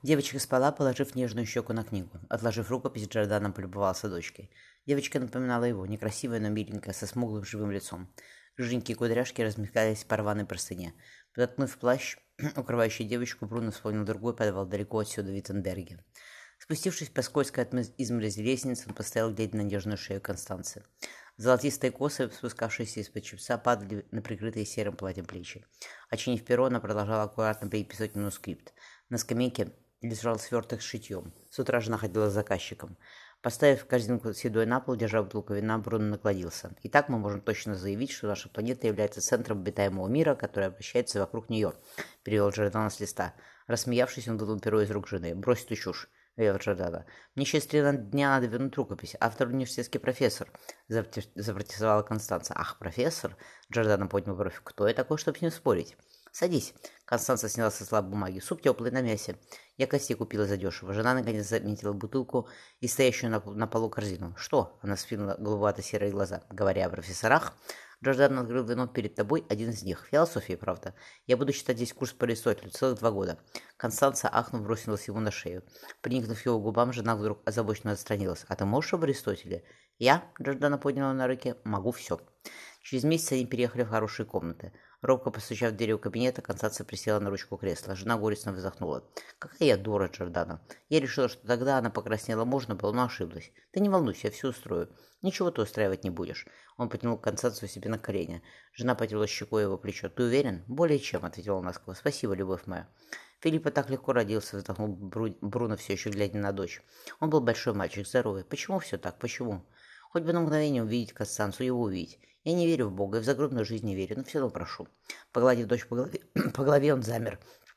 Девочка спала, положив нежную щеку на книгу. Отложив рукопись, Джордано полюбовался дочкой. Девочка напоминала его, некрасивая, но миленькая, со смуглым живым лицом. Рыженькие кудряшки размягкались по рваной простыне. Подоткнув плащ, укрывающий девочку, Бруно вспомнил другой подвал далеко отсюда, в Виттенберге. Спустившись по скользкой от изморози лестнице, он постоял, глядя на нежную шею Констанции. Золотистые косы, спускавшиеся из-под чепца, падали на прикрытые серым платьем плечи. Очинив перо, она продолжала аккуратно переписывать манускрипт. На скамейке лежал сверток с шитьем. С утра жена ходила с заказчиком. Поставив корзинку с едой на пол, держа бутылку вина, Бруно наклонился. Итак, мы можем точно заявить, что наша планета является центром обитаемого мира, который обращается вокруг нее, перевел Джордано с листа. Рассмеявшись, он вынул перо из рук жены. «Брось эту чушь», — велел Джордано. «Мне через 3 дня надо вернуть рукопись. Автор университетский профессор», — запротестовала Констанция. «Ах, профессор?» — Джордано поднял бровь. «Кто я такой, чтобы с ним спорить?» «Садись». Констанция сняла со стола бумаги. «Суп теплый, на мясе. Я костей купила задешево». Жена наконец заметила бутылку и стоящую на полу корзину. «Что?» — она вскинула голубовато-серые глаза. «Говоря о профессорах, Джордан открыл вино перед тобой, один из них. Философия, правда. Я буду читать здесь курс по Аристотелю целых 2 года». Констанция, ахнув, бросилась ему на шею. Приникнув его губам, жена вдруг озабоченно отстранилась. «А ты можешь об Аристотеле?» «Я?» — Джордана подняла на руки. «Могу все». Через месяц они переехали в хорошие комнаты. Робко постучав в дверь кабинета, Констанция присела на ручку кресла. Жена горестно вздохнула. «Какая я дура, Джордана. Я решила, что тогда она покраснела можно было, но ошиблась. Ты не волнуйся, я все устрою. Ничего ты устраивать не будешь». Он потянул Констанцию себе на колени. Жена потерла щекой его плечо. «Ты уверен?» «Более чем», — ответила он ласково. «Спасибо, любовь моя». Филиппа так легко родился, вздохнул Бруно, все еще глядя на дочь. Он был большой мальчик, здоровый. Почему все так? Почему? Хоть бы на мгновение увидеть Констанцию, его увидеть. Я не верю в Бога и в загробную жизнь не верю, но все равно прошу. Погладив дочь по голове, он замер,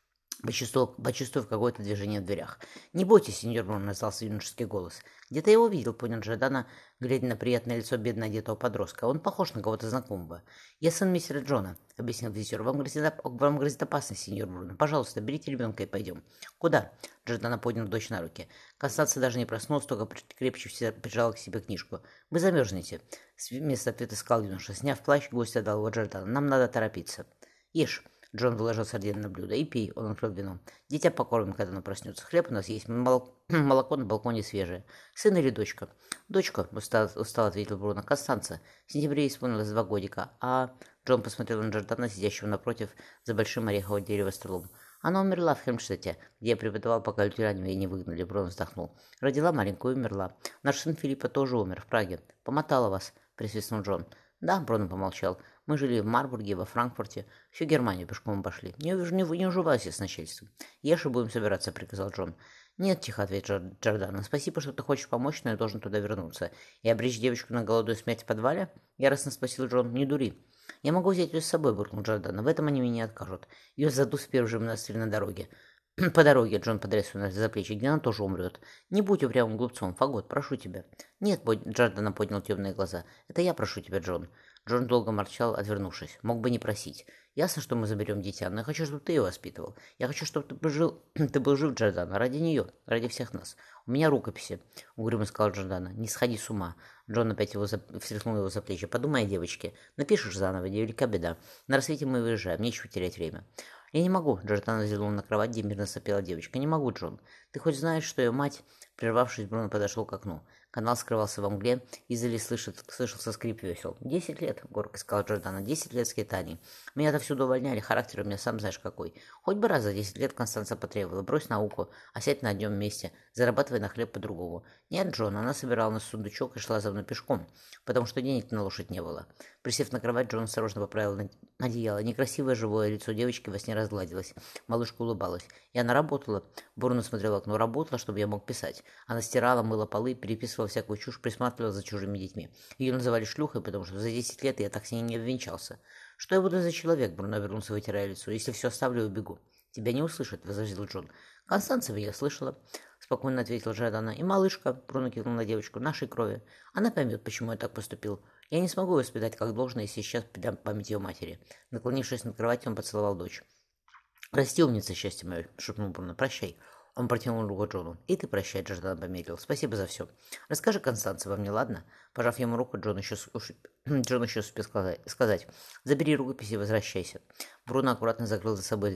почувствовав какое-то движение в дверях. «Не бойтесь, сеньор Бруно», — раздался юношеский голос. «Где-то я его видел», — понял Джордано, глядя на приятное лицо бедно одетого подростка. «Он похож на кого-то знакомого». «Я сын мистера Джона», — объяснил визитер. «Вам грозит опасность, сеньор Бруно. Пожалуйста, берите ребенка и пойдем». «Куда?» — Джордано поднял дочь на руки. Констанция даже не проснулась, только крепче прижала к себе книжку. «Вы замерзнете», — вместо ответа сказал юноша. Сняв плащ, гость отдал его Джордано. «Нам надо торопиться». «Ешь». Джон выложил сардины на блюдо. «И пей», — он открыл вино. «Дитя покормим, когда оно проснется. Хлеб у нас есть, молоко на балконе свежее. Сын или дочка?» «Дочка», — устал ответил Бруно. «Констанция. В сентябре исполнилось 2 годика. А...» Джон посмотрел на Джордана, сидящего напротив, за большим орехового дерева столом. «Она умерла в Хемштете, где я преподавал, пока лютеране меня не выгнали», — Брон вздохнул. «Родила маленькую и умерла. Наш сын Филиппа тоже умер в Праге. Помотала вас», — присвистнул Джон. «Да», — Брон помолчал. «Мы жили в Марбурге, во Франкфурте. Всю Германию пешком обошли. Не уживайся с начальством. Ешь и будем собираться», — приказал Джон. «Нет», — тихо ответил Джордано. «Спасибо, что ты хочешь помочь, но я должен туда вернуться. И обречь девочку на голодную смерть в подвале?» — яростно спросил Джон. «Не дури». «Я могу взять ее с собой», — буркнул Джордано. «В этом они меня не откажут. Ее задут в первый же монастырь на дороге». «По дороге», — Джон потряс ее за плечи, — «где она тоже умрет. Не будь упрямым глупцом, Фагот, прошу тебя». «Нет», — Джордано поднял темные глаза. «Это я прошу тебя, Джон». Джон долго молчал, отвернувшись. «Мог бы не просить. Ясно, что мы заберем дитя, но я хочу, чтобы ты ее воспитывал. Я хочу, чтобы ты был жив, Джордано, ради нее, ради всех нас. У меня рукописи», — угрюмо сказал Джордано. «Не сходи с ума». Джон опять встряхнул его за плечи. «Подумай о девочке. Напишешь заново, невелика беда. На рассвете мы выезжаем, нечего терять время». «Я не могу», — Джордано взглянул на кровать, где мирно сопела девочка. «Не могу, Джон. Ты хоть знаешь, что ее мать...» Прервавшись, Бруно подошел к окну. Канал скрывался во мгле, издали слышался скрип весел. 10 лет, — горько сказал Джордано, — 10 лет скитаний. Меня отовсюду увольняли, характер у меня сам знаешь какой. Хоть бы раз за 10 лет Констанция потребовала. Брось науку, а сядь на одном месте, зарабатывай на хлеб по-другому. Нет, Джон, она собирала на сундучок и шла за мной пешком, потому что денег на лошадь не было. Присев на кровать, Джон осторожно поправил одеяло. Некрасивое живое лицо девочки во сне разгладилось. Малышка улыбалась. И она работала. Бруно смотрел в окно. Работала, чтобы я мог писать. Она стирала, мыла полы, переписывала всякую чушь, присматривала за чужими детьми. Ее называли шлюхой, потому что за 10 лет я так с ней не обвенчался. «Что я буду за человек?» — Бруно вернулся, вытирая лицо. «Если все оставлю и убегу». «Тебя не услышат», — возразил Джон. «Констанция я слышала», — спокойно ответил Джордано. «И малышка», — Бруно кивнул на девочку, — «нашей крови. Она поймет, почему я так поступил. Я не смогу воспитать как должно, если сейчас передам память ее матери». Наклонившись над кроватью, он поцеловал дочь. «Прости, умница, счастье мое», — шепнул Бруно. «Прощай». Он протянул руку Джону. «И ты прощай», — Джордан помедлил. «Спасибо за все. Расскажи Констанции во мне, ладно?» Пожав ему руку, Джон еще успел сказать. «Забери рукопись и возвращайся». Бруно аккуратно закрыл за собой дверь.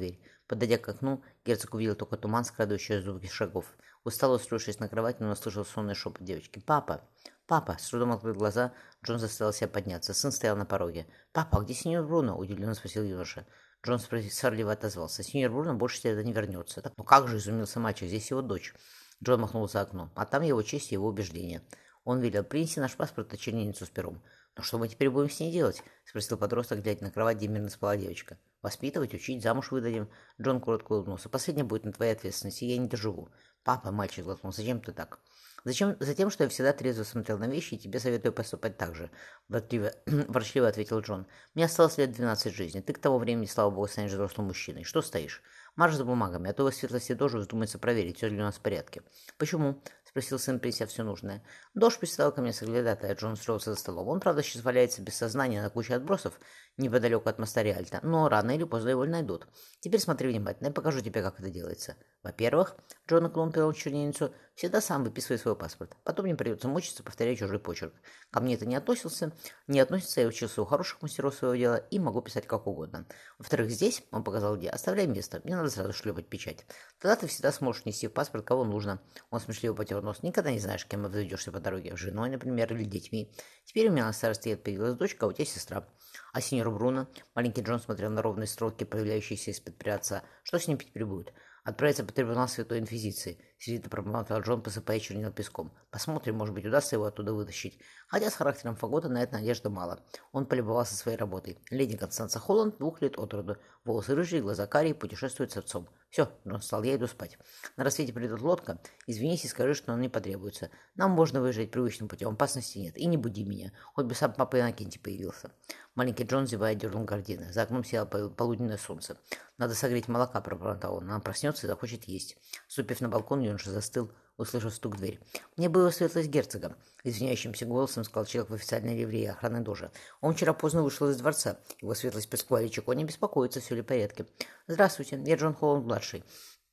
Подойдя к окну, герцог увидел только туман, скрадывающий звуки шагов. Устало устроившись на кровати, он услышал сонный шепот девочки. «Папа! Папа!» С трудом открыв глаза, Джон заставил себя подняться. Сын стоял на пороге. «Папа, а где сеньор Бруно?» – удивленно спросил юноша. Джон сварливо отозвался. «Сеньор Бруно больше сюда не вернется». «Так, ну как же?» – изумился мальчик. «Здесь его дочь». Джон махнул за окно. А там его честь и его убеждения. Он велел: «Принеси наш паспорт и чернильницу с пером». «Но что мы теперь будем с ней делать?» – спросил подросток, глядя на кровать, где мирно спала девочка. «Воспитывать, учить, замуж выдадим». Джон коротко улыбнулся. «Последнее будет на твоей ответственности, я не доживу». «Папа», – мальчик глотнул, – «зачем ты так?» «Зачем? Затем, что я всегда трезво смотрел на вещи, и тебе советую поступать так же», – ворчливо ответил Джон. «Мне осталось лет 12 жизни. Ты к тому времени, слава богу, станешь взрослым мужчиной. Что стоишь? Марш за бумагами, а то вы светлости тоже вздумается проверить, все ли у нас в порядке». «Почему?» – спросил сын, принеся все нужное. Дождь представил ко мне соглядатая. Джон устроился за столом. Он, правда, сейчас валяется без сознания на куче отбросов неподалеку от моста Риальто, но рано или поздно его найдут. Теперь смотри внимательно, я покажу тебе, как это делается. Во-первых, Джон наклонил пером в чернильницу, всегда сам выписывай свой паспорт. Потом не придется мучиться, повторяя чужой почерк. Ко мне это не относится, я учился у хороших мастеров своего дела и могу писать как угодно. Во-вторых, здесь, он показал где, оставляй место, мне надо сразу шлепать печать. Тогда ты всегда сможешь нести в паспорт кого нужно. Он смешливо потер нос. Никогда не знаешь, кем обзаведешься по дороге. Женой, например, или детьми. Теперь у меня на старости лет появилась дочка, а у тебя сестра. А сеньор Бруно? Маленький Джон смотрел на ровные строки, появляющиеся из-под пера отца. Что с ним теперь будет? Отправиться под трибунал Святой Инквизиции. Сердито пробормотал Джон, посыпая чернил песком. Посмотрим, может быть, удастся его оттуда вытащить. Хотя с характером Фагота на это надежды мало. Он полюбовался своей работой. Леди Констанца Холланд, 2 лет от роду. Волосы рыжие, глаза карие, путешествует с отцом. Все, Джон встал, я иду спать. На рассвете придет лодка. Извинись и скажи, что она не потребуется. Нам можно выезжать привычным путем, опасности нет. И не буди меня. Хоть бы сам папа Иннокентий появился. Маленький Джон, зевая, дернул гардины. За окном сияло полуденное солнце. «Надо согреть молока», — пробормотал он. Она проснется и захочет есть. Ступив на балкон, юноша застыл, услышав стук в дверь. «Мне было светлость герцога», — извиняющимся голосом сказал человек в официальной ливрее охраны Дожа. «Он вчера поздно вышел из дворца. Его светлость Паскуале Чико не беспокоится, все ли в порядке». «Здравствуйте, я Джон Холланд-младший».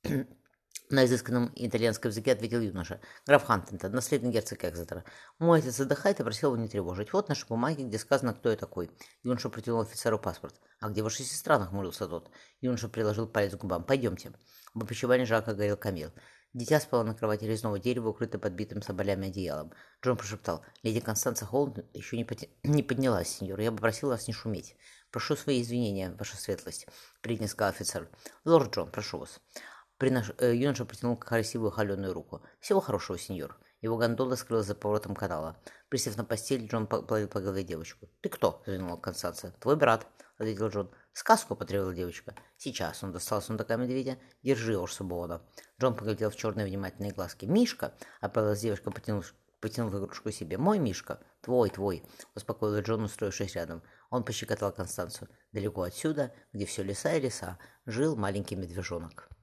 На изысканном итальянском языке ответил юноша. «Граф Хантингтон, наследный герцог Экзетера. Мой отец отдыхает и просил его не тревожить. Вот наши бумаги, где сказано, кто я такой». Юноша протянул офицеру паспорт. «А где ваша сестра?» — нахмурился тот. Юноша приложил палец к губам. «Пойдемте». В опочивальне жарко горел камин. Дитя спало на кровати резного дерева, укрыто подбитым соболями одеялом. Джон прошептал. «Леди Констанца Холланд еще не поднялась, сеньор. Я попросил вас не шуметь». «Прошу свои извинения, ваша светлость», — принес офицер. «Лорд Джон, прошу вас». Юноша протянул красивую холеную руку. «Всего хорошего, сеньор». Его гондола скрылась за поворотом канала. Присев на постель, Джон погладил по голове девочку. «Ты кто?» — взглянула Констанция. «Твой брат», — ответил Джон. «Сказку», — потребовала девочка. «Сейчас». Он достал сундука медведя. «Держи, Орсобода». Джон поглядел в черные внимательные глазки. «Мишка!» — оправилась девочка, потянув игрушку себе. «Мой Мишка!» «Твой!» — успокоил Джон, устроившись рядом. Он пощекотал Констанцию. Далеко отсюда, где все леса и леса, жил маленький медвежонок.